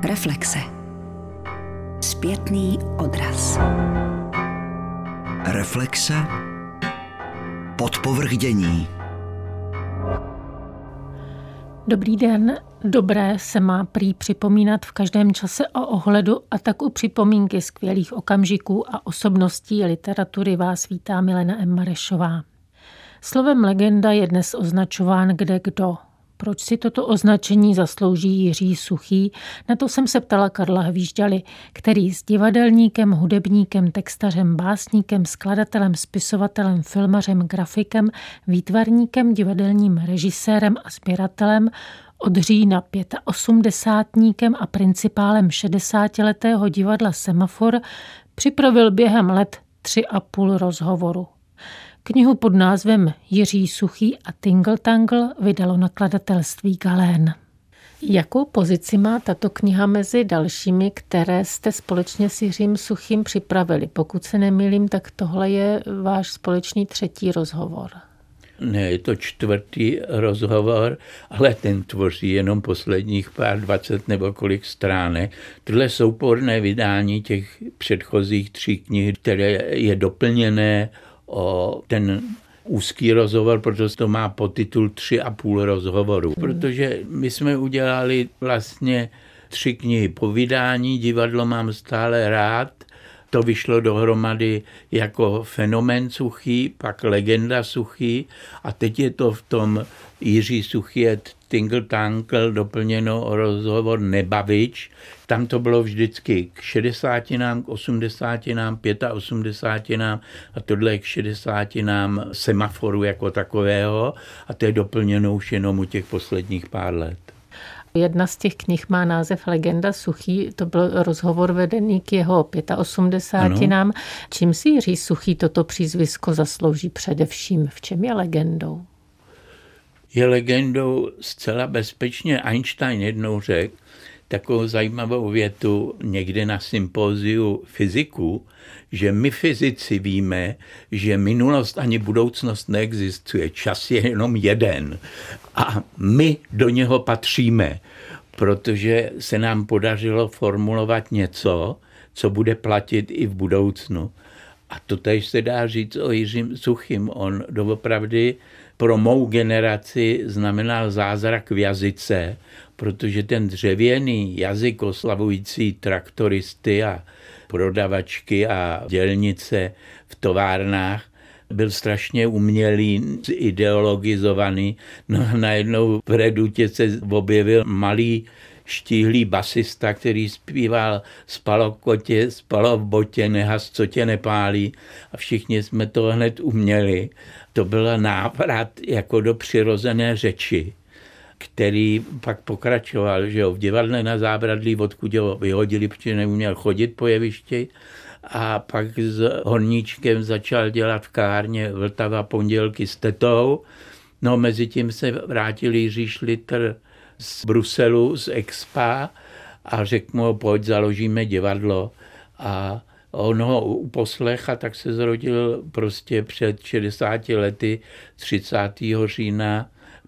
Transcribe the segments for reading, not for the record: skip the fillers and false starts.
Reflexe. Zpětný odraz. Reflexe. Podpovrchdění. Dobrý den. Dobré se má prý připomínat v každém čase o ohledu a tak u připomínky skvělých okamžiků a osobností literatury vás vítá Milena M. Marešová. Slovem legenda je dnes označován kdekdo. Proč si toto označení zaslouží Jiří Suchý? Na to jsem se ptala Karla Hvížďaly, který s divadelníkem, hudebníkem, textařem, básníkem, skladatelem, spisovatelem, filmařem, grafikem, výtvarníkem, divadelním režisérem a sběratelem od října 85níkem a principálem 60letého divadla Semafor připravil během let 3,5 rozhovoru. Knihu pod názvem Jiří Suchý a Tingle Tangle vydalo nakladatelství Galén. Jakou pozici má tato kniha mezi dalšími, které jste společně s Jiřím Suchým připravili? Pokud se nemýlím, tak tohle je váš společný 3. rozhovor. Ne, je to 4. rozhovor, ale ten tvoří jenom posledních pár 20 nebo kolik stránek. Tohle souporné vydání těch předchozích 3 knih, které je doplněné o ten úzký rozhovor, protože to má podtitul 3,5 rozhovoru. Protože my jsme udělali vlastně 3 knihy po vydání, divadlo mám stále rád, to vyšlo dohromady jako Fenomén Suchý, pak Legenda Suchý a teď je to v tom Jiří Suchý a Tingle Tangle doplněno o rozhovor Nebavič. Tam to bylo vždycky k 60, k 80, 85 a tohle je k 60 Semaforu jako takového a to je doplněno už jenom u těch posledních pár let. Jedna z těch knih má název Legenda Suchý, to byl rozhovor vedený k jeho 85. Ano. Čím si Jiří Suchý toto přízvisko zaslouží především? V čem je legendou? Je legendou zcela bezpečně. Einstein jednou řekl takovou zajímavou větu někde na sympóziu fyziků, že my fyzici víme, že minulost ani budoucnost neexistuje. Čas je jenom jeden. A my do něho patříme, protože se nám podařilo formulovat něco, co bude platit i v budoucnu. A to též se dá říct o Jiřím Suchým. On doopravdy pro mou generaci znamenal zázrak v jazyce, protože ten dřevěný jazyk oslavující traktoristy a prodavačky a dělnice v továrnách byl strašně umělý, ideologizovaný. No a najednou v redutě se objevil malý štíhlý basista, který zpíval spalo kotě, spalo v botě, nehas, co tě nepálí. A všichni jsme to hned uměli. To byl návrat jako do přirozené řeči, který pak pokračoval, že jo, v divadle na Zábradlí, odkud ho vyhodili, protože neuměl chodit po jevišti. A pak s horníčkem začal dělat v kárně Vltava pondělky s tetou. No mezi tím se vrátil Jiří Šlitr z Bruselu, z Expa a řekl mu, pojď, založíme divadlo. A on ho uposlech a tak se zrodil prostě před 60 lety 30. října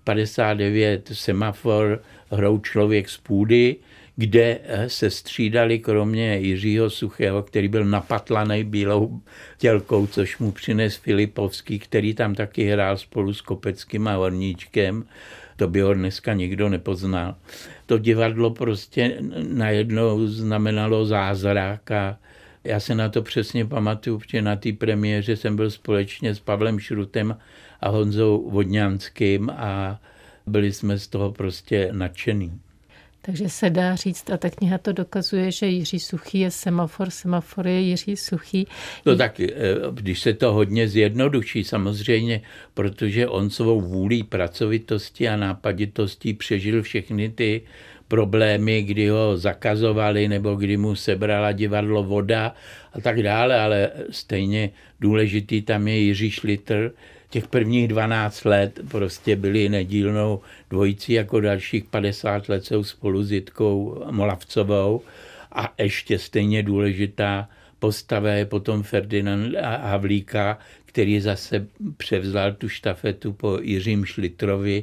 59 Semafor hrou Člověk z půdy, kde se střídali kromě Jiřího Suchého, který byl napatlaný bílou tělkou, což mu přines Filipovský, který tam taky hrál spolu s Kopeckým a Horníčkem. To by ho dneska nikdo nepoznal. To divadlo prostě najednou znamenalo zázrak a já se na to přesně pamatuju, protože na té premiéře jsem byl společně s Pavlem Šrutem a Honzou Vodňanským a byli jsme z toho prostě nadšený. Takže se dá říct, a ta kniha to dokazuje, že Jiří Suchý je Semafor, Semafor je Jiří Suchý. No tak, když se to hodně zjednoduší samozřejmě, protože on svou vůlí, pracovitostí a nápaditostí přežil všechny ty problémy, kdy ho zakazovali nebo kdy mu sebrala divadlo voda a tak dále, ale stejně důležitý tam je Jiří Šlitr. Těch prvních 12 let prostě byli nedílnou dvojicí, jako dalších 50 let jsou spolu s Jitkou Molavcovou a ještě stejně důležitá postava je potom Ferdinand Havlíka, který zase převzal tu štafetu po Jiřím Šlitrovi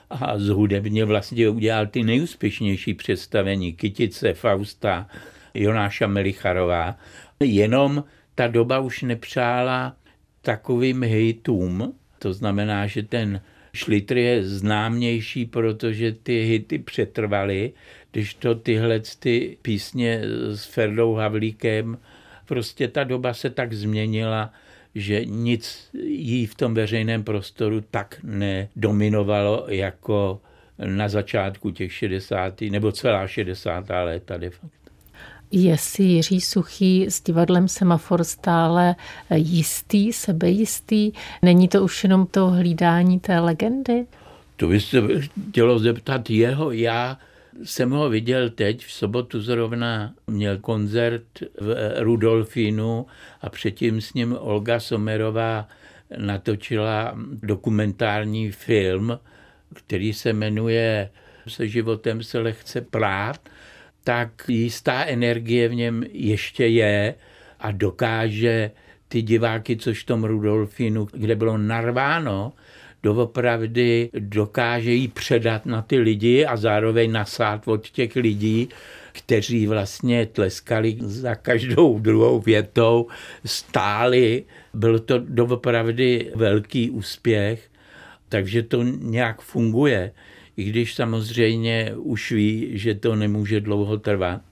a zhudebně vlastně udělal ty nejúspěšnější představení Kytice, Fausta, Jonáša Melicharová. Jenom ta doba už nepřála takovým hitům, to znamená, že ten Šlitr je známější, protože ty hity přetrvaly, když to tyhle ty písně s Ferdou Havlíkem, prostě ta doba se tak změnila, že nic jí v tom veřejném prostoru tak nedominovalo jako na začátku těch 60. nebo celá 60. léta de facto. Je si Jiří Suchý s divadlem Semafor stále jistý, sebejistý? Není to už jenom to hlídání té legendy? To by se chtělo zeptat jeho. Já jsem ho viděl teď, v sobotu zrovna měl koncert v Rudolfínu a předtím s ním Olga Sommerová natočila dokumentární film, který se jmenuje Se životem se lehce prát. Tak jistá energie v něm ještě je a dokáže ty diváky, což v tom Rudolfínu, kde bylo narváno, doopravdy dokáže jí předat na ty lidi a zároveň nasát od těch lidí, kteří vlastně tleskali za každou druhou větou, stáli. Byl to doopravdy velký úspěch, takže to nějak funguje. I když samozřejmě už ví, že to nemůže dlouho trvat.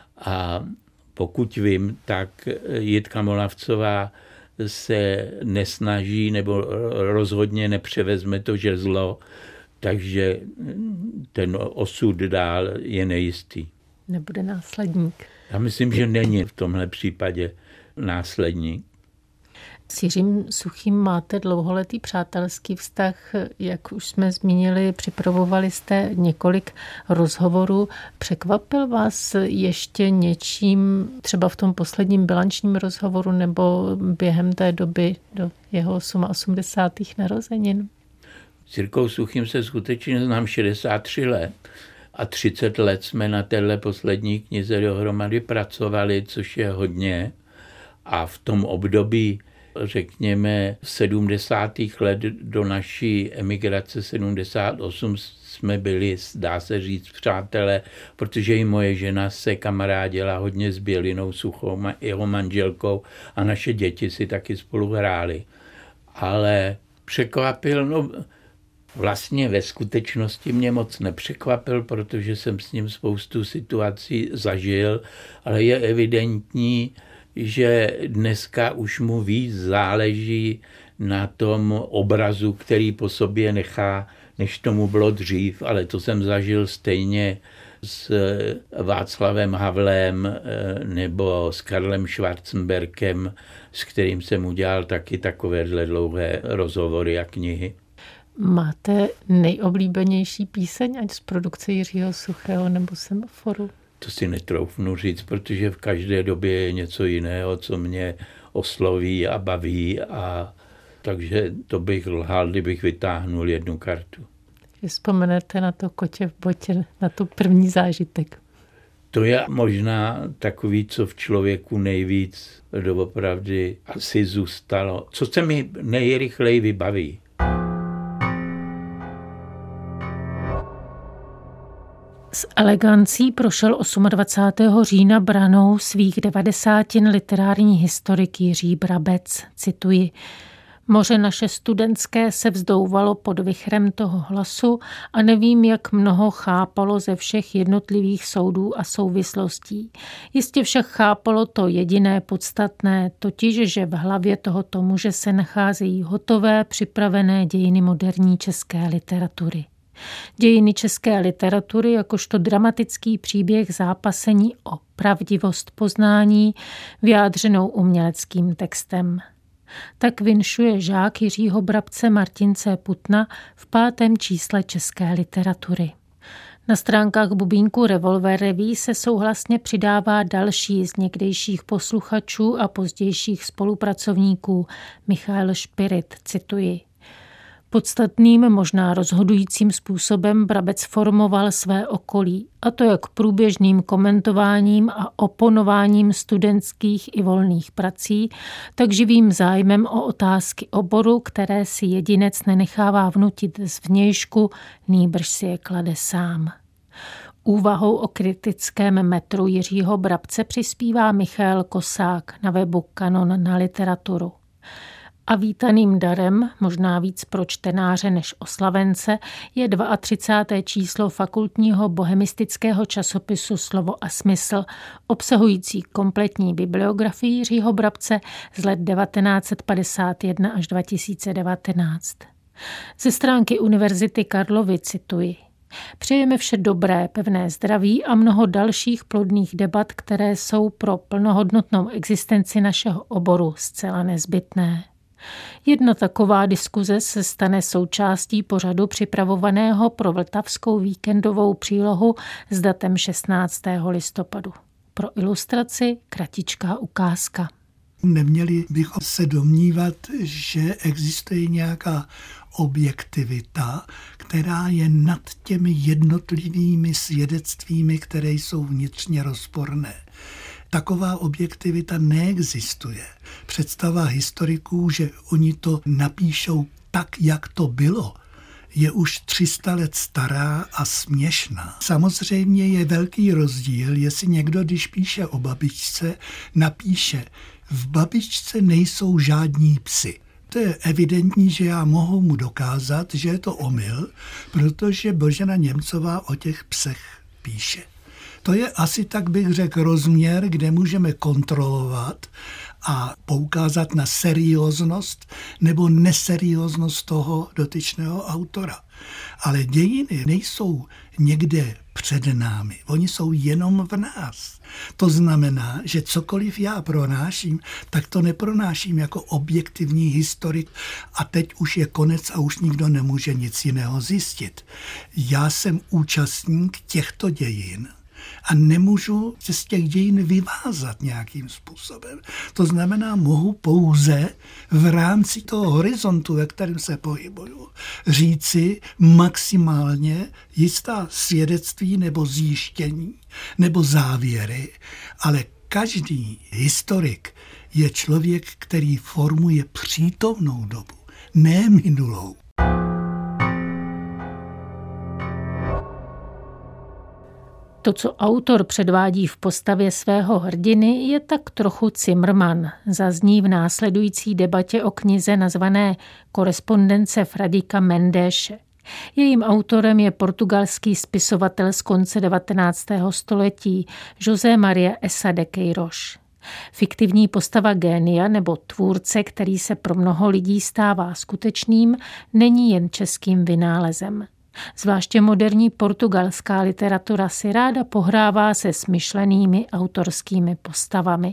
A pokud vím, tak Jitka Molavcová se nesnaží nebo rozhodně nepřevezme to žezlo, takže ten osud dál je nejistý. Nebude následník. Já myslím, že není v tomhle případě následník. S Jiřím Suchým máte dlouholetý přátelský vztah, jak už jsme zmínili, připravovali jste několik rozhovorů. Překvapil vás ještě něčím, třeba v tom posledním bilančním rozhovoru nebo během té doby do jeho 88. narozenin? S Jirkou Suchým se skutečně znám 63 let a 30 let jsme na téhle poslední knize dohromady pracovali, což je hodně. A v tom období řekněme, v 70. let do naší emigrace 78 jsme byli, dá se říct, přátelé, protože i moje žena se kamarádila hodně s Bělinou Suchou, jeho manželkou, a naše děti si taky spolu hráli. Ale překvapil, vlastně ve skutečnosti mě moc nepřekvapil, protože jsem s ním spoustu situací zažil, ale je evidentní, že dneska už mu víc záleží na tom obrazu, který po sobě nechá, než tomu bylo dřív, ale to jsem zažil stejně s Václavem Havlem nebo s Karlem Schwarzenbergem, s kterým jsem udělal taky takovéhle dlouhé rozhovory a knihy. Máte nejoblíbenější píseň, ať z produkce Jiřího Suchého nebo Semaforu? To si netroufnu říct, protože v každé době je něco jiného, co mě osloví a baví, a takže to bych lhal, kdybych vytáhnul jednu kartu. Vzpomenete na to Kotě v botě, na to první zážitek? To je možná takový, co v člověku nejvíc doopravdy asi zůstalo. Co se mi nejrychleji vybaví. S elegancí prošel 28. října branou svých 90 literární historik Jiří Brabec. Cituji: Moře naše studentské se vzdouvalo pod vichrem toho hlasu a nevím, jak mnoho chápalo ze všech jednotlivých soudů a souvislostí. Jistě však chápalo to jediné podstatné, totiž, že v hlavě tohoto muže se nacházejí hotové, připravené dějiny moderní české literatury. Dějiny české literatury jakožto dramatický příběh zápasení o pravdivost poznání, vyjádřenou uměleckým textem. Tak vinšuje žák Jiřího Brabce Martin C. Putna v 5. čísle české literatury. Na stránkách bubínku Revolver Revue se souhlasně přidává další z někdejších posluchačů a pozdějších spolupracovníků, Michael Špirit, cituji: Podstatným, možná rozhodujícím způsobem Brabec formoval své okolí, a to jak průběžným komentováním a oponováním studentských i volných prací, tak živým zájmem o otázky oboru, které si jedinec nenechává vnutit zvnějšku, nýbrž si je klade sám. Úvahou o kritickém metru Jiřího Brabce přispívá Michael Kosák na webu Kanon na literaturu. A vítaným darem, možná víc pro čtenáře než oslavence, je 32. číslo fakultního bohemistického časopisu Slovo a smysl, obsahující kompletní bibliografii Jiřího Brabce z let 1951 až 2019. Ze stránky Univerzity Karlovy cituji: Přejeme vše dobré, pevné zdraví a mnoho dalších plodných debat, které jsou pro plnohodnotnou existenci našeho oboru zcela nezbytné. Jedna taková diskuze se stane součástí pořadu připravovaného pro vltavskou víkendovou přílohu s datem 16. listopadu. Pro ilustraci kratičká ukázka. Neměli bychom se domnívat, že existuje nějaká objektivita, která je nad těmi jednotlivými svědectvími, které jsou vnitřně rozporné. Taková objektivita neexistuje. Představa historiků, že oni to napíšou tak, jak to bylo, je už 300 let stará a směšná. Samozřejmě je velký rozdíl, jestli někdo, když píše o babičce, napíše: v babičce nejsou žádní psi. To je evidentní, že já mohu mu dokázat, že je to omyl, protože Božena Němcová o těch psech píše. To je asi, tak bych řekl, rozměr, kde můžeme kontrolovat a poukázat na serióznost nebo neserióznost toho dotyčného autora. Ale dějiny nejsou někde před námi, oni jsou jenom v nás. To znamená, že cokoliv já pronáším, tak to nepronáším jako objektivní historik a teď už je konec a už nikdo nemůže nic jiného zjistit. Já jsem účastník těchto dějin a nemůžu se z těch dějin vyvázat nějakým způsobem. To znamená, mohu pouze v rámci toho horizontu, ve kterém se pohybuju, říci maximálně jistá svědectví nebo zjištění nebo závěry, ale každý historik je člověk, který formuje přítomnou dobu, ne minulou. To, co autor předvádí v postavě svého hrdiny, je tak trochu Cimrman. Zazní v následující debatě o knize nazvané Korespondence Fradika Mendéše. Jejím autorem je portugalský spisovatel z konce 19. století José Maria Essa de Queiroz. Fiktivní postava génia nebo tvůrce, který se pro mnoho lidí stává skutečným, není jen českým vynálezem. Zvláště moderní portugalská literatura si ráda pohrává se smyšlenými autorskými postavami.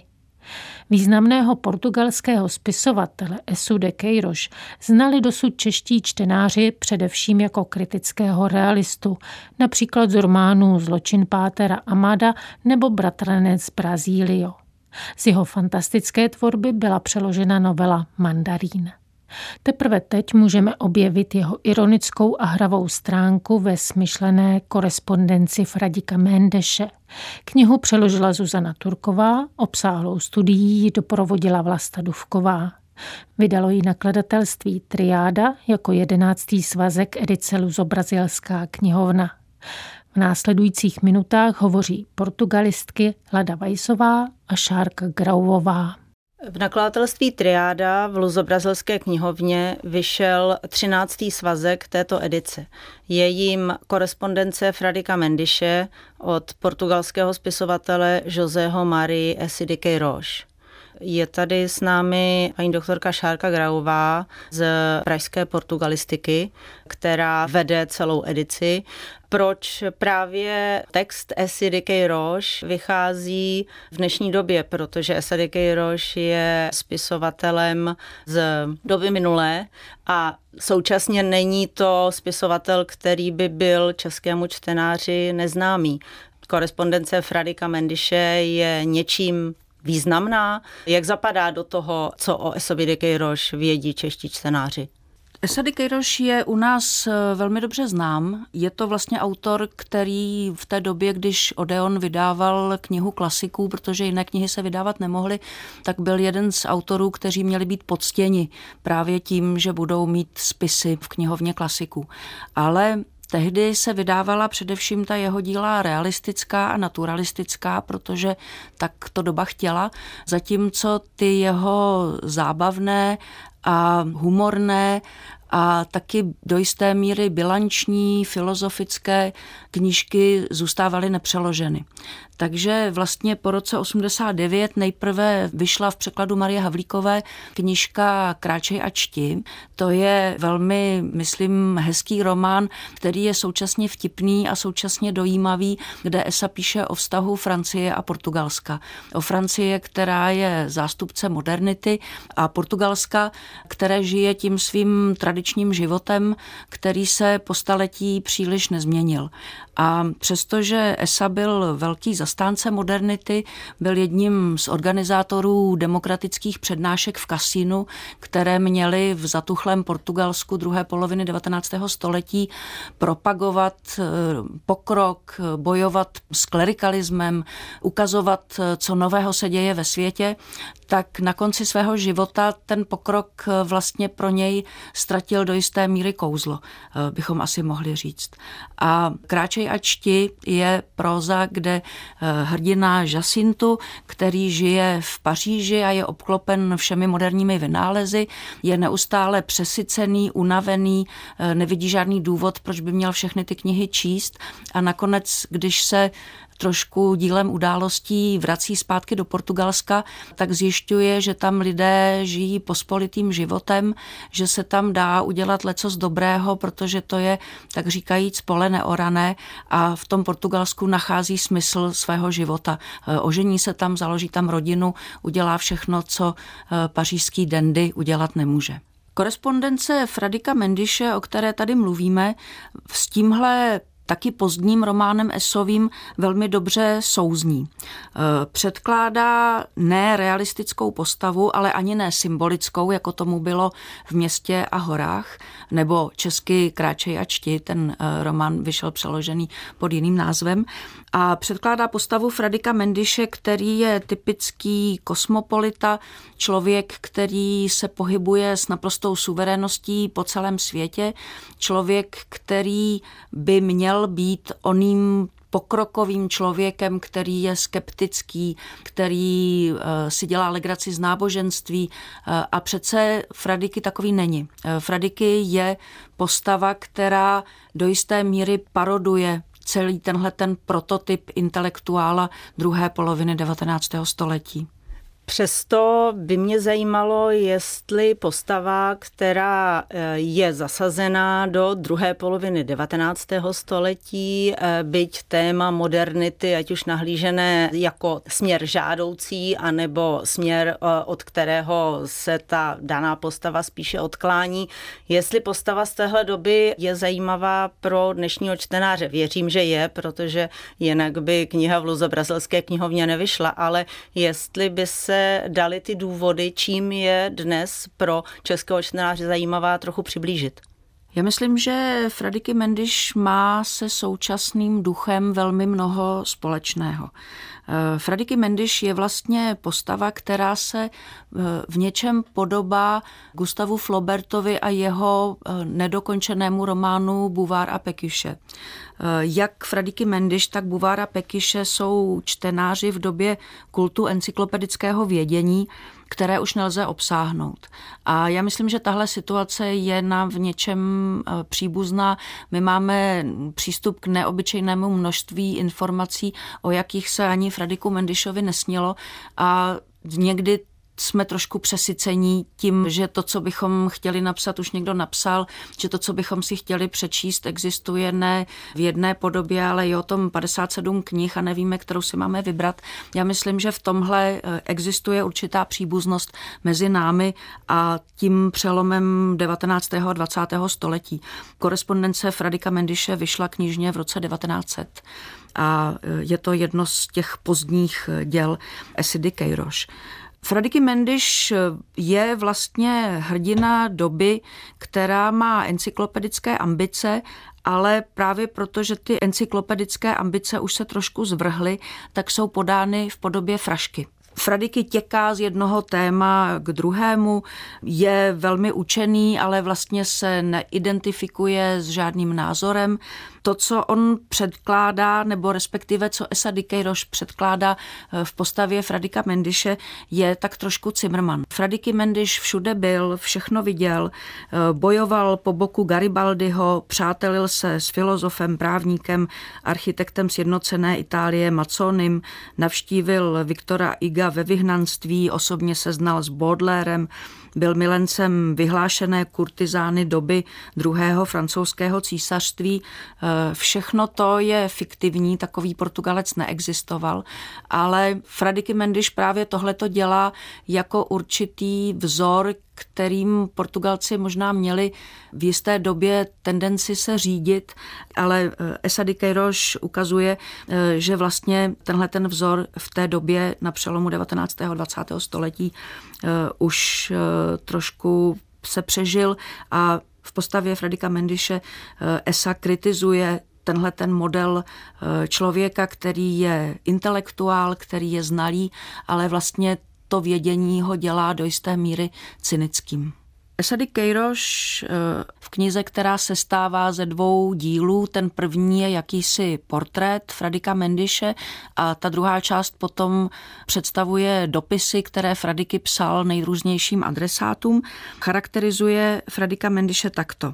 Významného portugalského spisovatele Essu de Queiroz znali dosud čeští čtenáři především jako kritického realistu, například z románů Zločin pátera Amada nebo Bratranec Brazílio. Z jeho fantastické tvorby byla přeložena novela Mandarín. Teprve teď můžeme objevit jeho ironickou a hravou stránku ve smyšlené korespondenci Fradika Mendéše. Knihu přeložila Zuzana Turková, obsáhlou studií ji doprovodila Vlasta Dufková. Vydalo ji nakladatelství Triáda jako 11. svazek edice Luzobrazilská knihovna. V následujících minutách hovoří portugalistky Lada Vajsová a Šárka Grauvová. V nakladatelství Triáda v Luzobrazilské knihovně vyšel 13. svazek této edice. Je jím korespondence Fradika Mendéše od portugalského spisovatele Josého Marie Essy de Queiroz. Je tady s námi paní doktorka Šárka Grauvová z pražské portugalistiky, která vede celou edici. Proč právě text Essy de Queiroz vychází v dnešní době? Protože Essa de Queiroz je spisovatelem z doby minulé a současně není to spisovatel, který by byl českému čtenáři neznámý. Korespondence Fradika Mendéše je něčím významná. Jak zapadá do toho, co o Essy de Queiroz vědí čeští čtenáři? Essady Queiroz je u nás velmi dobře znám. Je to vlastně autor, který v té době, když Odeon vydával knihu klasiků, protože jiné knihy se vydávat nemohly, tak byl jeden z autorů, kteří měli být poctěni právě tím, že budou mít spisy v knihovně klasiků. Ale tehdy se vydávala především ta jeho díla realistická a naturalistická, protože tak to doba chtěla, zatímco ty jeho zábavné a humorné a taky do jisté míry bilanční, filozofické knížky zůstávaly nepřeloženy. Takže vlastně po roce 89 nejprve vyšla v překladu Marie Havlíkové knížka Kráčej a čti. To je velmi, myslím, hezký román, který je současně vtipný a současně dojímavý, kde Esa píše o vztahu Francie a Portugalska. O Francie, která je zástupce modernity, a Portugalska, které žije tím svým tradičním životem, který se po staletí příliš nezměnil. A přestože Esa byl velký zastánce modernity, byl jedním z organizátorů demokratických přednášek v kasínu, které měly v zatuchlém Portugalsku druhé poloviny 19. století propagovat pokrok, bojovat s klerikalismem, ukazovat, co nového se děje ve světě, tak na konci svého života ten pokrok vlastně pro něj ztratil do jisté míry kouzlo, bychom asi mohli říct. A Kráčej a čti je próza, kde hrdina Jacintu, který žije v Paříži a je obklopen všemi moderními vynálezy, je neustále přesycený, unavený, nevidí žádný důvod, proč by měl všechny ty knihy číst, a nakonec, když se trošku dílem událostí vrací zpátky do Portugalska, tak zjišťuje, že tam lidé žijí pospolitým životem, že se tam dá udělat lecos dobrého, protože to je, tak říkajíc, pole neorané, a v tom Portugalsku nachází smysl svého života. Ožení se tam, založí tam rodinu, udělá všechno, co pařížský dandy udělat nemůže. Korespondence Fradika Mendiše, o které tady mluvíme, s tímhle taky pozdním románem Esovým velmi dobře souzní. Předkládá ne realistickou postavu, ale ani ne symbolickou, jako tomu bylo v Městě a horách, nebo česky Kráčej a čti, ten román vyšel přeložený pod jiným názvem. A předkládá postavu Fradika Mendiše, který je typický kosmopolita, člověk, který se pohybuje s naprostou suverénností po celém světě, člověk, který by měl být oným pokrokovým člověkem, který je skeptický, který si dělá legraci z náboženství, a přece Fradiky takový není. Fradiky je postava, která do jisté míry paroduje celý tenhle ten prototyp intelektuála druhé poloviny 19. století. Přesto by mě zajímalo, jestli postava, která je zasazená do druhé poloviny 19. století, byť téma modernity, ať už nahlížené jako směr žádoucí, anebo směr, od kterého se ta daná postava spíše odklání, jestli postava z téhle doby je zajímavá pro dnešního čtenáře. Věřím, že je, protože jinak by kniha v Luzobrazilské knihovně nevyšla, ale jestli by se dali ty důvody, čím je dnes pro českého čtenáře zajímavá, trochu přiblížit. Já myslím, že Fradiky Mendiš má se současným duchem velmi mnoho společného. Fradiky Mendiš je vlastně postava, která se v něčem podobá Gustavu Flaubertovi a jeho nedokončenému románu Bouvard a Pécuchet. Jak Fradiky Mendiš, tak Bouvard a Pécuchet jsou čtenáři v době kultu encyklopedického vědění, které už nelze obsáhnout. A já myslím, že tahle situace je nám v něčem příbuzná. My máme přístup k neobyčejnému množství informací, o jakých se ani Fradiku Mendišovi nesnilo, a někdy jsme trošku přesycení tím, že to, co bychom chtěli napsat, už někdo napsal, že to, co bychom si chtěli přečíst, existuje ne v jedné podobě, ale je o tom 57 knih a nevíme, kterou si máme vybrat. Já myslím, že v tomhle existuje určitá příbuznost mezi námi a tím přelomem 19. a 20. století. Korespondence Fradika Mendiše vyšla knižně v roce 1900 a je to jedno z těch pozdních děl Essady Queiroz. Fradiki Mendiš je vlastně hrdina doby, která má encyklopedické ambice, ale právě proto, že ty encyklopedické ambice už se trošku zvrhly, tak jsou podány v podobě frašky. Fradiki těká z jednoho téma k druhému, je velmi učený, ale vlastně se neidentifikuje s žádným názorem. To, co on předkládá, nebo respektive co Esa Dikeiros předkládá v postavě Fradika Mendiše, je tak trošku Zimmermann. Fradiki Mendiš všude byl, všechno viděl, bojoval po boku Garibaldiho, přátelil se s filozofem, právníkem, architektem sjednocené Itálie Mazzonim, navštívil Viktora Huga ve vyhnanství, osobně se znal s Baudelaireem, byl milencem vyhlášené kurtizány doby druhého francouzského císařství. Všechno to je fiktivní, takový Portugalec neexistoval, ale Fradiki Mendiš právě tohleto dělá jako určitý vzor, kterým Portugalci možná měli v jisté době tendenci se řídit, ale Esa Dikeiros ukazuje, že vlastně ten vzor v té době na přelomu 19. a 20. století už trošku se přežil a v postavě Fradika Mendiše Esa kritizuje ten model člověka, který je intelektuál, který je znalý, ale vlastně to vědění ho dělá do jisté míry cynickým. Esa Dikeiros v knize, která se stává ze 2 dílů, ten první je jakýsi portrét Fradika Mendiše a ta druhá část potom představuje dopisy, které Fradiki psal nejrůznějším adresátům, charakterizuje Fradika Mendiše takto.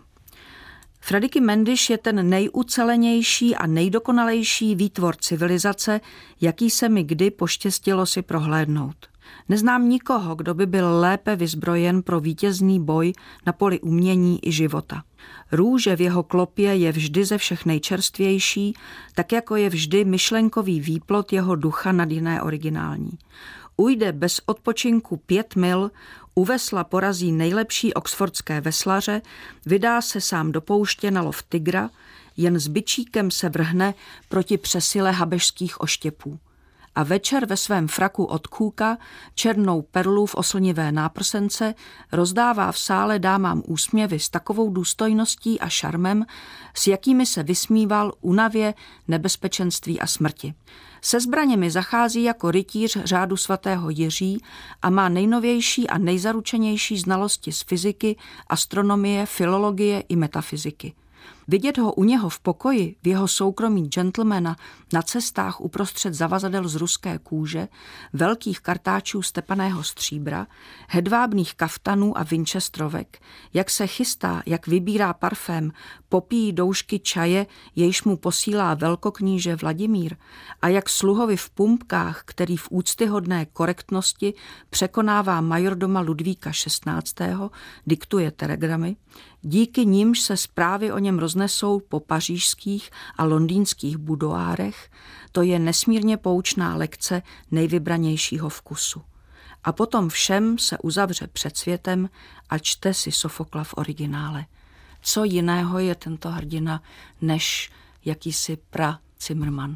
Fradiki Mendiš je ten nejucelenější a nejdokonalejší výtvor civilizace, jaký se mi kdy poštěstilo si prohlédnout. Neznám nikoho, kdo by byl lépe vyzbrojen pro vítězný boj na poli umění i života. Růže v jeho klopě je vždy ze všech nejčerstvější, tak jako je vždy myšlenkový výplot jeho ducha nad jiné originální. Ujde bez odpočinku 5 mil, u vesla porazí nejlepší oxfordské veslaře, vydá se sám do pouště na lov tygra, jen s bičíkem se vrhne proti přesile habešských oštěpů. A večer ve svém fraku od kůka, černou perlu v oslnivé náprsence, rozdává v sále dámám úsměvy s takovou důstojností a šarmem, s jakými se vysmíval únavě, nebezpečenství a smrti. Se zbraněmi zachází jako rytíř řádu svatého Jiří a má nejnovější a nejzaručenější znalosti z fyziky, astronomie, filologie i metafyziky. Vidět ho u něho v pokoji, v jeho soukromí gentlemana, na cestách uprostřed zavazadel z ruské kůže, velkých kartáčů z tepaného stříbra, hedvábných kaftanů a Winchesterovek, jak se chystá, jak vybírá parfém, popíjí doušky čaje, jejž mu posílá velkokníže Vladimír, a jak sluhovi v pumpkách, který v úctyhodné korektnosti překonává majordoma Ludvíka XVI., diktuje telegramy, díky nimž se zprávy o něm roznesou po pařížských a londýnských budoárech, to je nesmírně poučná lekce nejvybranějšího vkusu. A potom všem se uzavře před světem a čte si Sofokla v originále. Co jiného je tento hrdina, než jakýsi Zimmermann.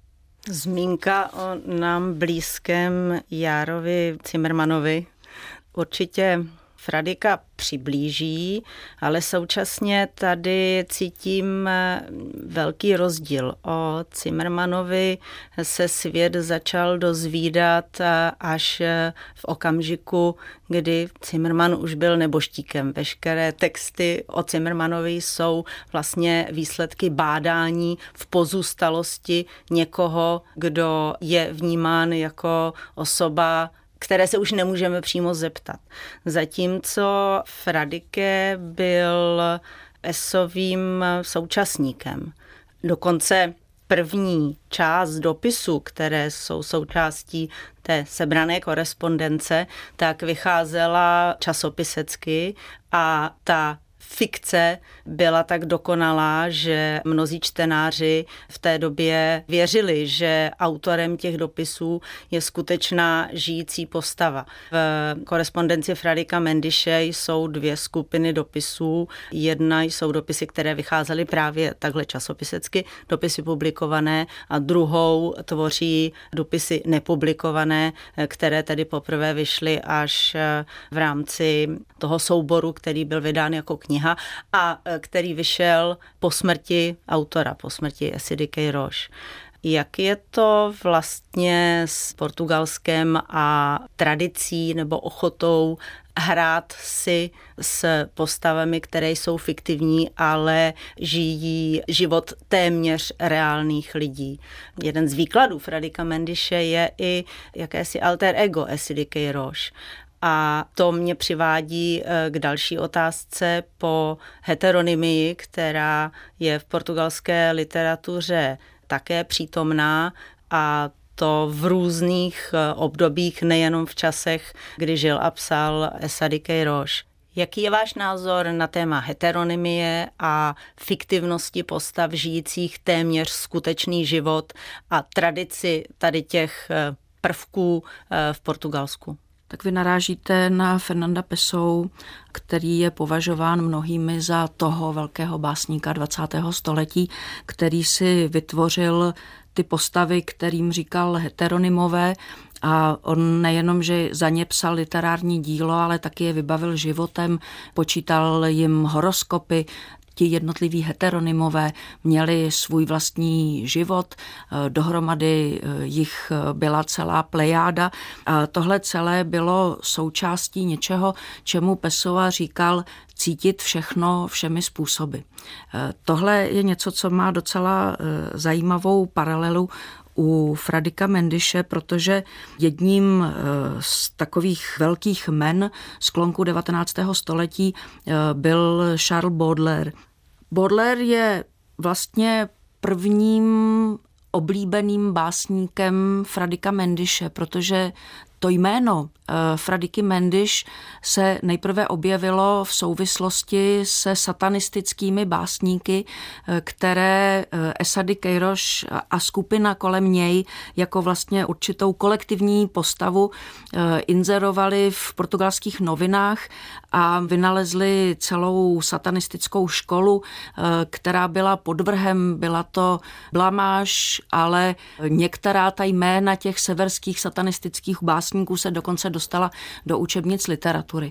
Zmínka o nám blízkém Járovi Zimmermannovi určitě Fradika přiblíží, ale současně tady cítím velký rozdíl. O Zimmermannovi se svět začal dozvídat až v okamžiku, kdy Zimmermann už byl neboštíkem. Veškeré texty o Zimmermannovi jsou vlastně výsledky bádání v pozůstalosti někoho, kdo je vnímán jako osoba, které se už nemůžeme přímo zeptat. Zatímco Fradike byl Esovým současníkem. Dokonce první část dopisů, které jsou součástí té sebrané korespondence, tak vycházela časopisecky a ta fikce byla tak dokonalá, že mnozí čtenáři v té době věřili, že autorem těch dopisů je skutečná žijící postava. V korespondenci Fradika Mendiše jsou 2 skupiny dopisů. Jedna jsou dopisy, které vycházely právě takhle časopisecky, dopisy publikované, a druhou tvoří dopisy nepublikované, které tedy poprvé vyšly až v rámci toho souboru, který byl vydán jako kniha a který vyšel po smrti autora, po smrti Essy Queiroz. Jak je to vlastně s Portugalskem a tradicí nebo ochotou hrát si s postavami, které jsou fiktivní, ale žijí život téměř reálných lidí? Jeden z výkladů Fradika Mendiše je i jakési alter ego Essy Queiroz. A to mě přivádí k další otázce po heteronymii, která je v portugalské literatuře také přítomná, a to v různých obdobích, nejenom v časech, kdy žil a psal Essy Queiroz. Jaký je váš názor na téma heteronymie a fiktivnosti postav žijících téměř skutečný život a tradici tady těch prvků v Portugalsku? Tak vy narážíte na Fernanda Pessoa, který je považován mnohými za toho velkého básníka 20. století, který si vytvořil ty postavy, kterým říkal heteronymové, a on nejenom, že za ně psal literární dílo, ale taky je vybavil životem, počítal jim horoskopy. Ti jednotliví heteronymové měli svůj vlastní život, dohromady jich byla celá plejáda. A tohle celé bylo součástí něčeho, čemu Pessoa říkal cítit všechno všemi způsoby. Tohle je něco, co má docela zajímavou paralelu u Fradika Mendiše, protože jedním z takových velkých men sklonku 19. století byl Charles Baudelaire. Baudelaire je vlastně prvním oblíbeným básníkem Fradika Mendiše, protože to jméno Fradiky Mendiš se nejprve objevilo v souvislosti se satanistickými básníky, které Essy Queiroz a skupina kolem něj jako vlastně určitou kolektivní postavu inzerovali v portugalských novinách a vynalezli celou satanistickou školu, která byla podvrhem, byla to blamáž, ale některá ta jména těch severských satanistických básníků se dokonce dostala do učebnic literatury.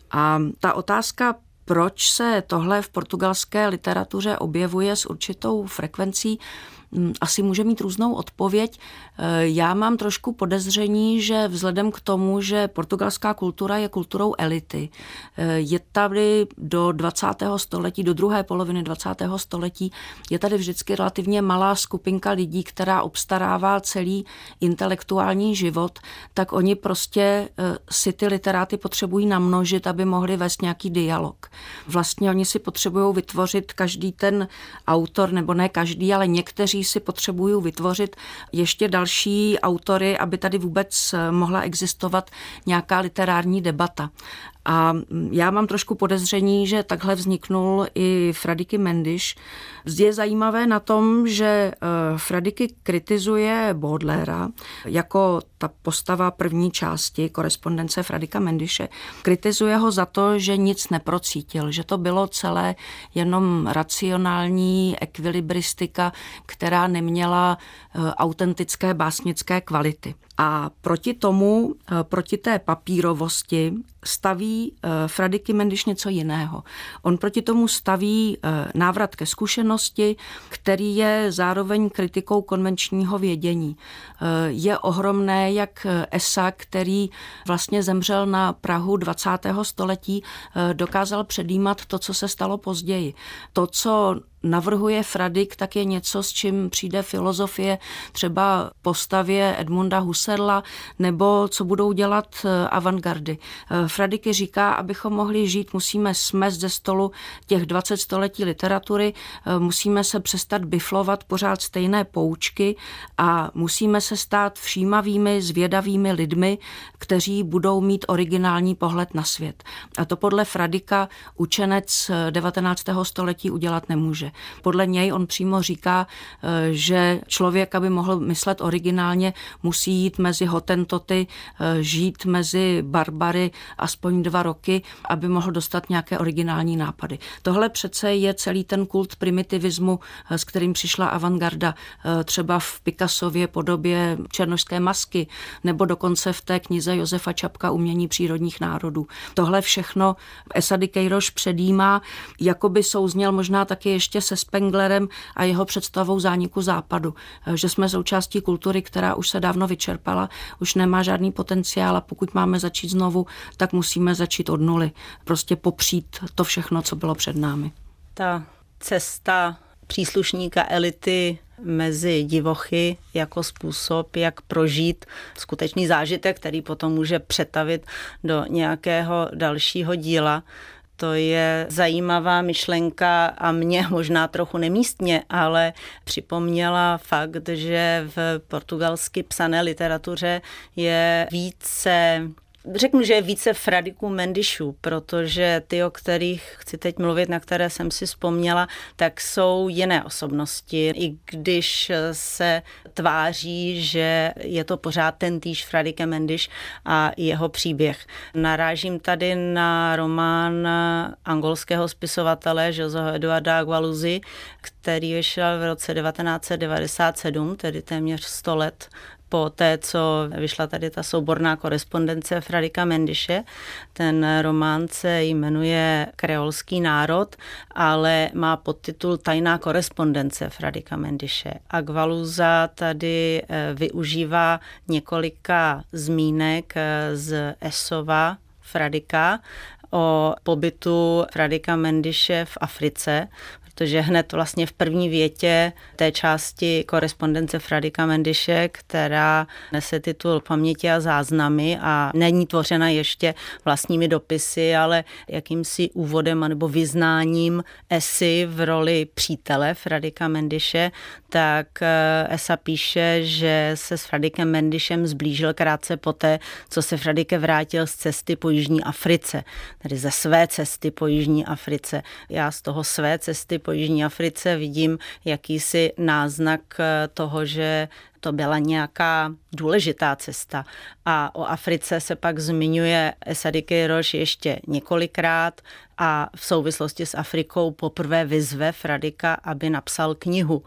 A ta otázka, proč se tohle v portugalské literatuře objevuje s určitou frekvencí, asi může mít různou odpověď. Já mám trošku podezření, že vzhledem k tomu, že portugalská kultura je kulturou elity, je tady do 20. století, do druhé poloviny 20. století, je tady vždycky relativně malá skupinka lidí, která obstarává celý intelektuální život, tak oni prostě si ty literáty potřebují namnožit, aby mohli vést nějaký dialog. Vlastně oni si potřebují vytvořit každý ten autor, nebo ne každý, ale někteří si potřebují vytvořit ještě další autory, aby tady vůbec mohla existovat nějaká literární debata. A já mám trošku podezření, že takhle vzniknul i Fradiky Mendiš. Je zajímavé na tom, že Fradiky kritizuje Baudelaira jako ta postava první části korespondence Fradika Mendiše. Kritizuje ho za to, že nic neprocítil, že to bylo celé jenom racionální ekvilibristika, která neměla autentické básnické kvality. A proti tomu, proti té papírovosti, staví Fradiky Mendiš něco jiného. On proti tomu staví návrat ke zkušenosti, který je zároveň kritikou konvenčního vědění. Je ohromné, jak Esa, který vlastně zemřel na prahu 20. století, dokázal předjímat to, co se stalo později. To, co navrhuje Fradik, tak je něco, s čím přijde filozofie třeba postavě Edmunda Husserla, nebo co budou dělat avantgardy. Fradiky říká, abychom mohli žít, musíme smést ze stolu těch 20 století literatury, musíme se přestat biflovat pořád stejné poučky a musíme se stát všímavými, zvědavými lidmi, kteří budou mít originální pohled na svět. A to podle Fradika učenec 19. století udělat nemůže. Podle něj on přímo říká, že člověk, aby mohl myslet originálně, musí jít mezi hotentoty, žít mezi barbary aspoň 2 roky, aby mohl dostat nějaké originální nápady. Tohle přece je celý ten kult primitivismu, s kterým přišla avantgarda, třeba v Picassově podobě Černošské masky, nebo dokonce v té knize Josefa Čapka Umění přírodních národů. Tohle všechno Esa Queiroz předjímá, jakoby souzněl možná taky ještě se Spenglerem a jeho představou zániku západu. Že jsme součástí kultury, která už se dávno vyčerpala, už nemá žádný potenciál a pokud máme začít znovu, tak musíme začít od nuly. Prostě popřít to všechno, co bylo před námi. Ta cesta příslušníka elity mezi divochy jako způsob, jak prožít skutečný zážitek, který potom může přetavit do nějakého dalšího díla. To je zajímavá myšlenka a mě možná trochu nemístně, ale připomněla fakt, že v portugalsky psané literatuře je více... Řeknu, že je více Fradiků Mendišů, protože ty, o kterých chci teď mluvit, na které jsem si vzpomněla, tak jsou jiné osobnosti. I když se tváří, že je to pořád ten týž Fradike Mendiš a jeho příběh. Narážím tady na román angolského spisovatele Joseho Eduarda Agualuzy, který vyšel v roce 1997, tedy téměř 100 let po té, co vyšla tady ta souborná korespondence Fradika Mendiše. Ten román se jmenuje Kreolský národ, ale má podtitul Tajná korespondence Fradika Mendiše. Agualuza tady využívá několika zmínek z Esova Fradika o pobytu Fradika Mendiše v Africe, protože hned vlastně v první větě té části korespondence Fradika Mendiše, která nese titul Paměti a záznamy a není tvořena ještě vlastními dopisy, ale jakýmsi úvodem nebo vyznáním Esy v roli přítele Fradika Mendiše, tak Esa píše, že se s Fradikem Mendišem zblížil krátce poté, co se Fradike vrátil z cesty po Jižní Africe, tedy ze své cesty po Jižní Africe. Já z toho své cesty po Jižní Africe vidím jakýsi náznak toho, že to byla nějaká důležitá cesta. A o Africe se pak zmiňuje Esa Queiroz ještě několikrát a v souvislosti s Afrikou poprvé vyzve Fradika, aby napsal knihu.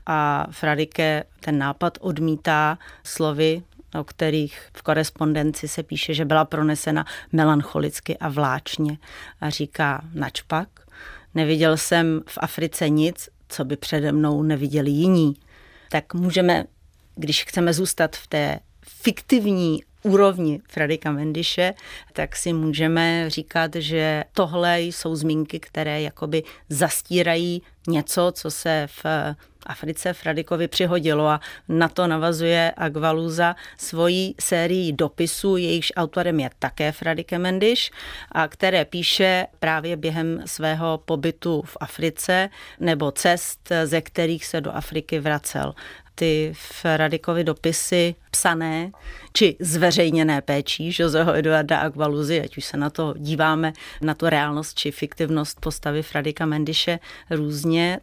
A Fradike ten nápad odmítá slovy, o kterých v korespondenci se píše, že byla pronesena melancholicky a vláčně. A říká načpak, neviděl jsem v Africe nic, co by přede mnou neviděli jiní. Tak můžeme, když chceme zůstat v té fiktivní úrovni Fradika Mendiše, tak si můžeme říkat, že tohle jsou zmínky, které jakoby zastírají něco, co se v Africe Fradikovi přihodilo a na to navazuje Agualuza svojí sérii dopisů, jejichž autorem je také Fradike Mendiš a které píše právě během svého pobytu v Africe nebo cest, ze kterých se do Afriky vracel. Ty Fradikovy dopisy psané či zveřejněné péčí Joseho Eduarda Agualuzy, ať už se na to díváme, na tu reálnost či fiktivnost postavy Fradika Mendiše různě,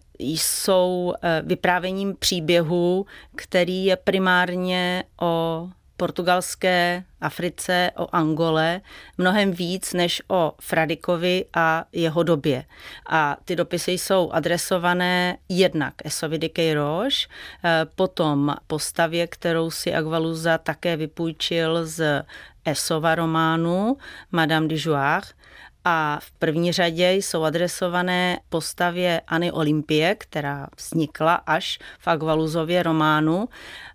jsou vyprávěním příběhu, který je primárně o portugalské Africe, o Angole, mnohem víc než o Fradikovi a jeho době. A ty dopisy jsou adresované jednak Esovi de Queiroz, potom postavě, kterou si Agualuza také vypůjčil z Esova románu Madame de Jouarre, a v první řadě jsou adresované postavě Anny Olympie, která vznikla až v Agualuzově románu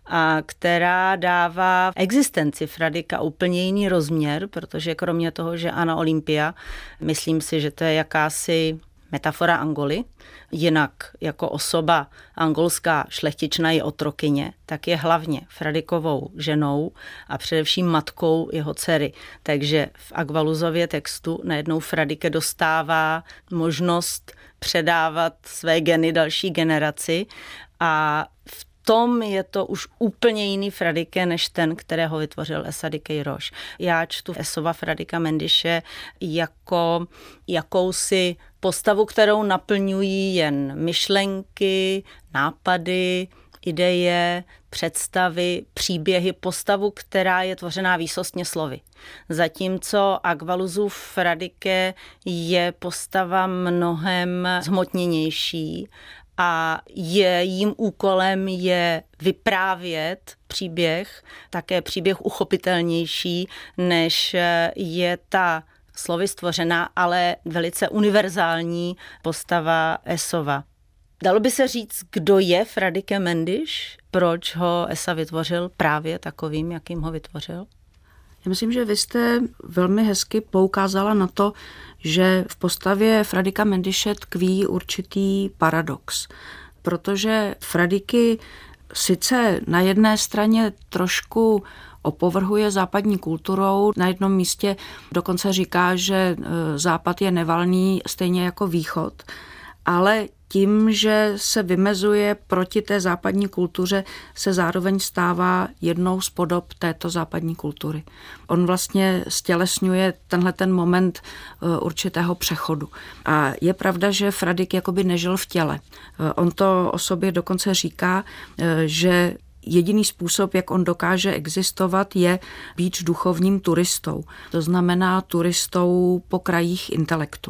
a která dává existenci Fradika úplně jiný rozměr, protože kromě toho, že Anna Olympia, myslím si, že to je jakási metafora Angoly, jinak jako osoba angolská šlechtična je otrokyně, tak je hlavně Fradikovou ženou a především matkou jeho dcery. Takže v Agvaluzově textu najednou Fradike dostává možnost předávat své geny další generaci a v tom je to už úplně jiný Fradike, než ten, kterého vytvořil Essa de Queiroz. Já čtu Essova Fradika Mendiše jako jakousi postavu, kterou naplňují jen myšlenky, nápady, ideje, představy, příběhy, postavu, která je tvořená výsostně slovy. Zatímco Agvaluzův Fradike je postava mnohem zhmotněnější a jejím úkolem je vyprávět příběh, také příběh uchopitelnější, než je ta slovy stvořená, ale velice univerzální postava Essova. Dalo by se říct, kdo je Fradike Mendiš? Proč ho Essa vytvořil právě takovým, jakým ho vytvořil? Já myslím, že vy jste velmi hezky poukázala na to, že v postavě Fradika Mendiše tkví určitý paradox. Protože Fradiky sice na jedné straně trošku opovrhuje západní kulturou, na jednom místě dokonce říká, že západ je nevalný stejně jako východ, ale tím, že se vymezuje proti té západní kultuře, se zároveň stává jednou z podob této západní kultury. On vlastně stělesňuje tenhle ten moment určitého přechodu. A je pravda, že Fradik jakoby nežil v těle. On to o sobě dokonce říká, že jediný způsob, jak on dokáže existovat, je být duchovním turistou. To znamená turistou po krajích intelektu.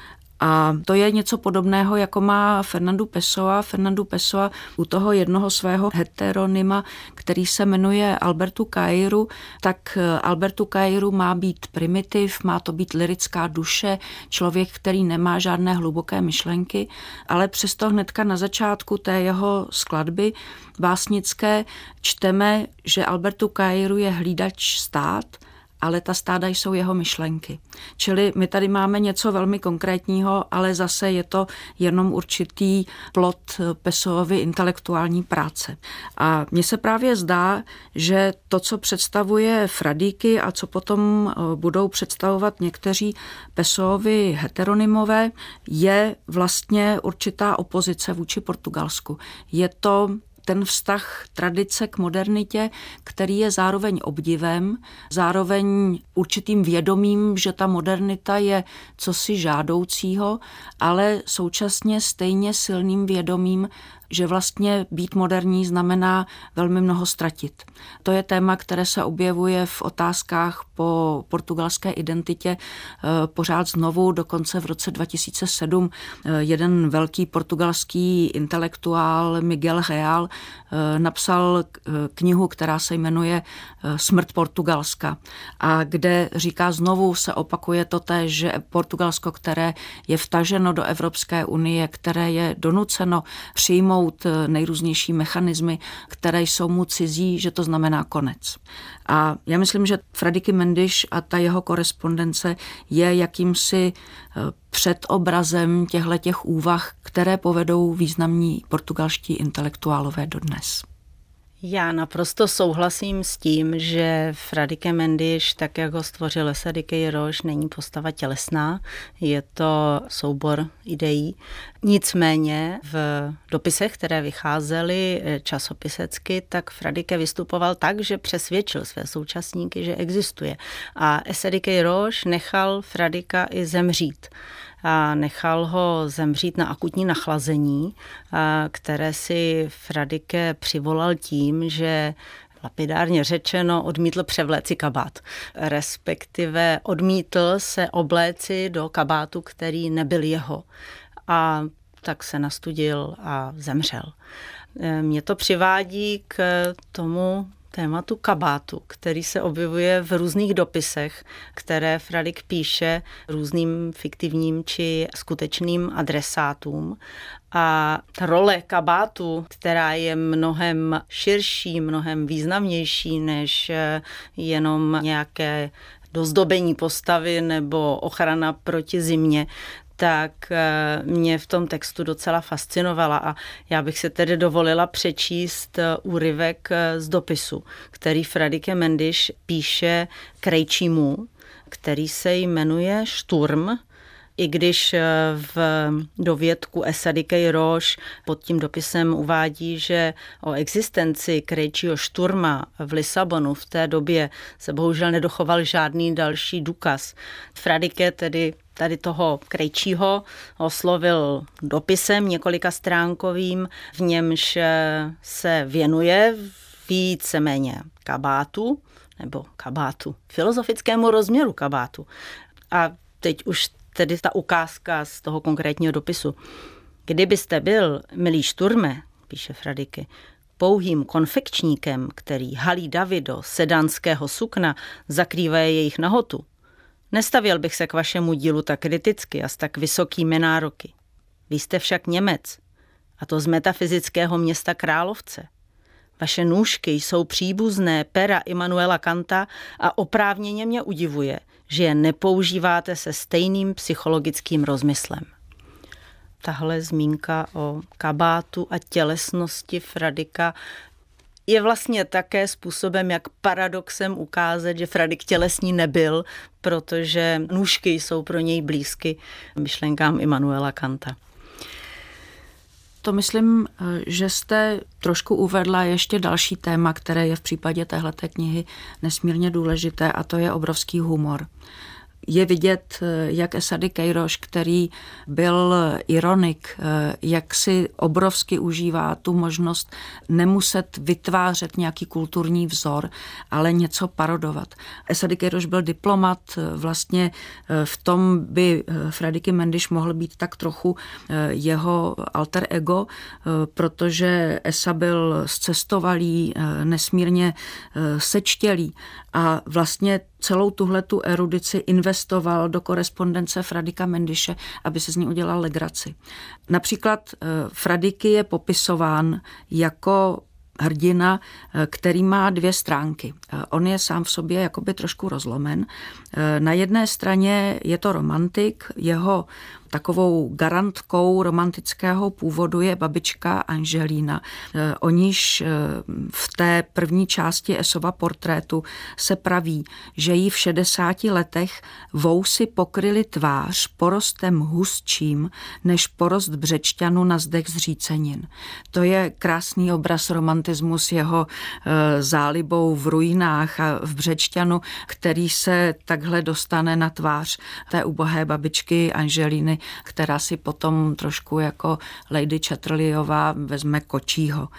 A to je něco podobného, jako má Fernando Pessoa. Fernando Pessoa u toho jednoho svého heteronyma, který se jmenuje Alberto Cairo, tak Alberto Cairo má být primitiv, má to být lyrická duše, člověk, který nemá žádné hluboké myšlenky, ale přesto hnedka na začátku té jeho skladby básnické čteme, že Alberto Cairo je hlídač stád, ale ta stáda jsou jeho myšlenky. Čili my tady máme něco velmi konkrétního, ale zase je to jenom určitý plod Pessoovy intelektuální práce. A mně se právě zdá, že to, co představuje Fradiky a co potom budou představovat někteří Pessoovi heteronymové, je vlastně určitá opozice vůči Portugalsku. Je to ten vztah tradice k modernitě, který je zároveň obdivem, zároveň určitým vědomím, že ta modernita je cosi žádoucího, ale současně stejně silným vědomím, že vlastně být moderní znamená velmi mnoho ztratit. To je téma, které se objevuje v otázkách po portugalské identitě pořád znovu, dokonce v roce 2007 jeden velký portugalský intelektuál Miguel Real napsal knihu, která se jmenuje Smrt Portugalska a kde říká znovu, se opakuje totéž, že Portugalsko, které je vtaženo do Evropské unie, které je donuceno přijmout nejrůznější mechanismy, které jsou mu cizí, že to znamená konec. A já myslím, že Fradiky Mendiš a ta jeho korespondence je jakýmsi předobrazem těchto úvah, které povedou významní portugalští intelektuálové dodnes. Já naprosto souhlasím s tím, že Fradike Mendiš, tak jak ho stvořil Essa de Queiroz, není postava tělesná, je to soubor ideí. Nicméně v dopisech, které vycházely časopisecky, tak Fradike vystupoval tak, že přesvědčil své současníky, že existuje. A Essa de Queiroz nechal Fradika i zemřít. A nechal ho zemřít na akutní nachlazení, které si Fradike přivolal tím, že lapidárně řečeno odmítl převléci kabát. Respektive odmítl se obléci do kabátu, který nebyl jeho. A tak se nastudil a zemřel. Mě to přivádí k tomu tématu kabátu, který se objevuje v různých dopisech, které Fradik píše různým fiktivním či skutečným adresátům. A ta role kabátu, která je mnohem širší, mnohem významnější než jenom nějaké dozdobení postavy nebo ochrana proti zimě, tak mě v tom textu docela fascinovala a já bych se tedy dovolila přečíst úryvek z dopisu, který Fradike Mendiš píše Krejčímu, který se jmenuje Šturm, i když v dovědku Esa Queiroz pod tím dopisem uvádí, že o existenci Krejčího Šturma v Lisabonu v té době se bohužel nedochoval žádný další důkaz. Fradike tedy tady toho Krejčího oslovil dopisem několika stránkovým, v němž se věnuje víceméně kabátu, filozofickému rozměru kabátu. A teď už tedy ta ukázka z toho konkrétního dopisu. Kdybyste byl, milý Šturme, píše Fradike, pouhým konfekčníkem, který halí davy do sedanského sukna, zakrývá jejich nahotu, nestavěl bych se k vašemu dílu tak kriticky a s tak vysokými nároky. Vy jste však Němec, a to z metafyzického města Královce. Vaše nůžky jsou příbuzné pera Immanuela Kanta a oprávněně mě udivuje, že je nepoužíváte se stejným psychologickým rozmyslem. Tahle zmínka o kabátu a tělesnosti Fradika je vlastně také způsobem, jak paradoxem ukázat, že Fradik tělesný nebyl, protože nůžky jsou pro něj blízky myšlenkám Immanuela Kanta. To myslím, že jste trošku uvedla ještě další téma, které je v případě téhleté knihy nesmírně důležité, a to je obrovský humor. Je vidět, jak Esa Queiroz, který byl ironik, jak si obrovsky užívá tu možnost nemuset vytvářet nějaký kulturní vzor, ale něco parodovat. Esa Queiroz byl diplomat, vlastně v tom by Fradike Mendiš mohl být tak trochu jeho alter ego, protože Esa byl zcestovalý, nesmírně sečtělý a vlastně celou tuhletu erudici investoval do korespondence Fradika Mendiše, aby se z ní udělal legraci. Například Fradike je popisován jako hrdina, který má 2 stránky. On je sám v sobě jakoby trošku rozlomen. Na jedné straně je to romantik, jeho takovou garantkou romantického původu je babička Angelina. O níž v té první části Esova portrétu se praví, že jí v 60 letech vousy pokryly tvář porostem hustším než porost břečťanu na zdech zřícenin. To je krásný obraz romantismus jeho zálibou v ruinách a v břečťanu, který se takhle dostane na tvář té ubohé babičky Angeliny, která si potom trošku jako Lady Chatterleyová vezme kočího.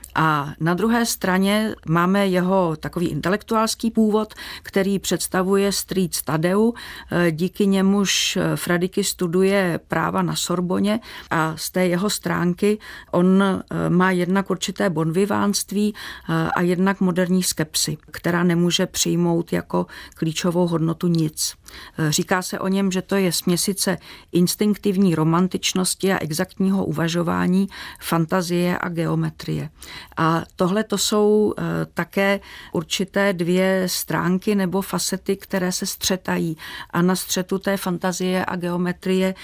A na druhé straně máme jeho takový intelektuálský původ, který představuje strýc Tadeu, díky němuž Fradike studuje práva na Sorboně a z té jeho stránky on má jednak určité bonvivánství a jednak moderní skepsy, která nemůže přijmout jako klíčovou hodnotu nic. Říká se o něm, že to je směsice instinktivní romantičnosti a exaktního uvažování, fantazie a geometrie. A tohle to jsou také určité 2 stránky nebo facety, které se střetají. A na střetu té fantazie a geometrie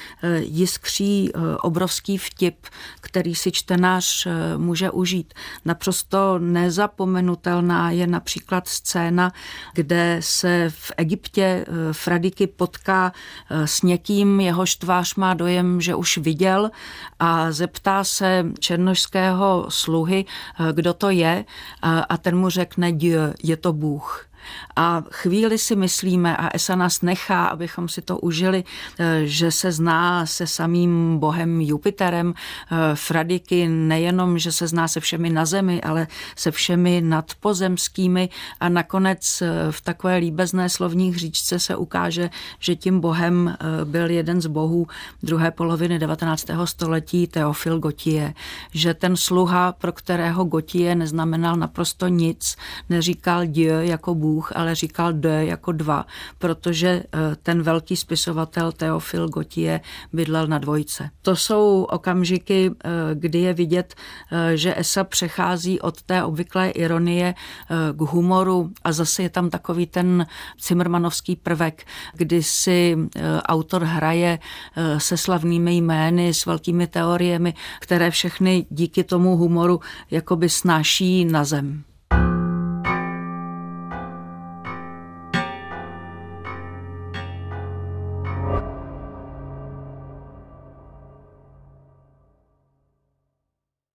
jiskří obrovský vtip, který si čtenář může užít. Naprosto nezapomenutelná je například scéna, kde se v Egyptě Fradike potká s někým, jehož tvář má dojem, že už viděl, a zeptá se černošského sluhy, kdo to je, a ten mu řekne, je to Bůh. A chvíli si myslíme, a Esa nás nechá, abychom si to užili, že se zná se samým bohem Jupiterem. Fradike nejenom, že se zná se všemi na zemi, ale se všemi nadpozemskými, a nakonec v takové líbezné slovní hříčce se ukáže, že tím bohem byl jeden z bohů druhé poloviny 19. století, Théophile Gautier. Že ten sluha, pro kterého Gautier neznamenal naprosto nic, neříkal Dieu jako Bůh, Bůh, ale říkal D jako 2, protože ten velký spisovatel Théophile Gautier bydlel na dvojce. To jsou okamžiky, kdy je vidět, že Esa přechází od té obvyklé ironie k humoru a zase je tam takový ten cimrmanovský prvek, kdy si autor hraje se slavnými jmény, s velkými teoriemi, které všechny díky tomu humoru jakoby snáší na zem.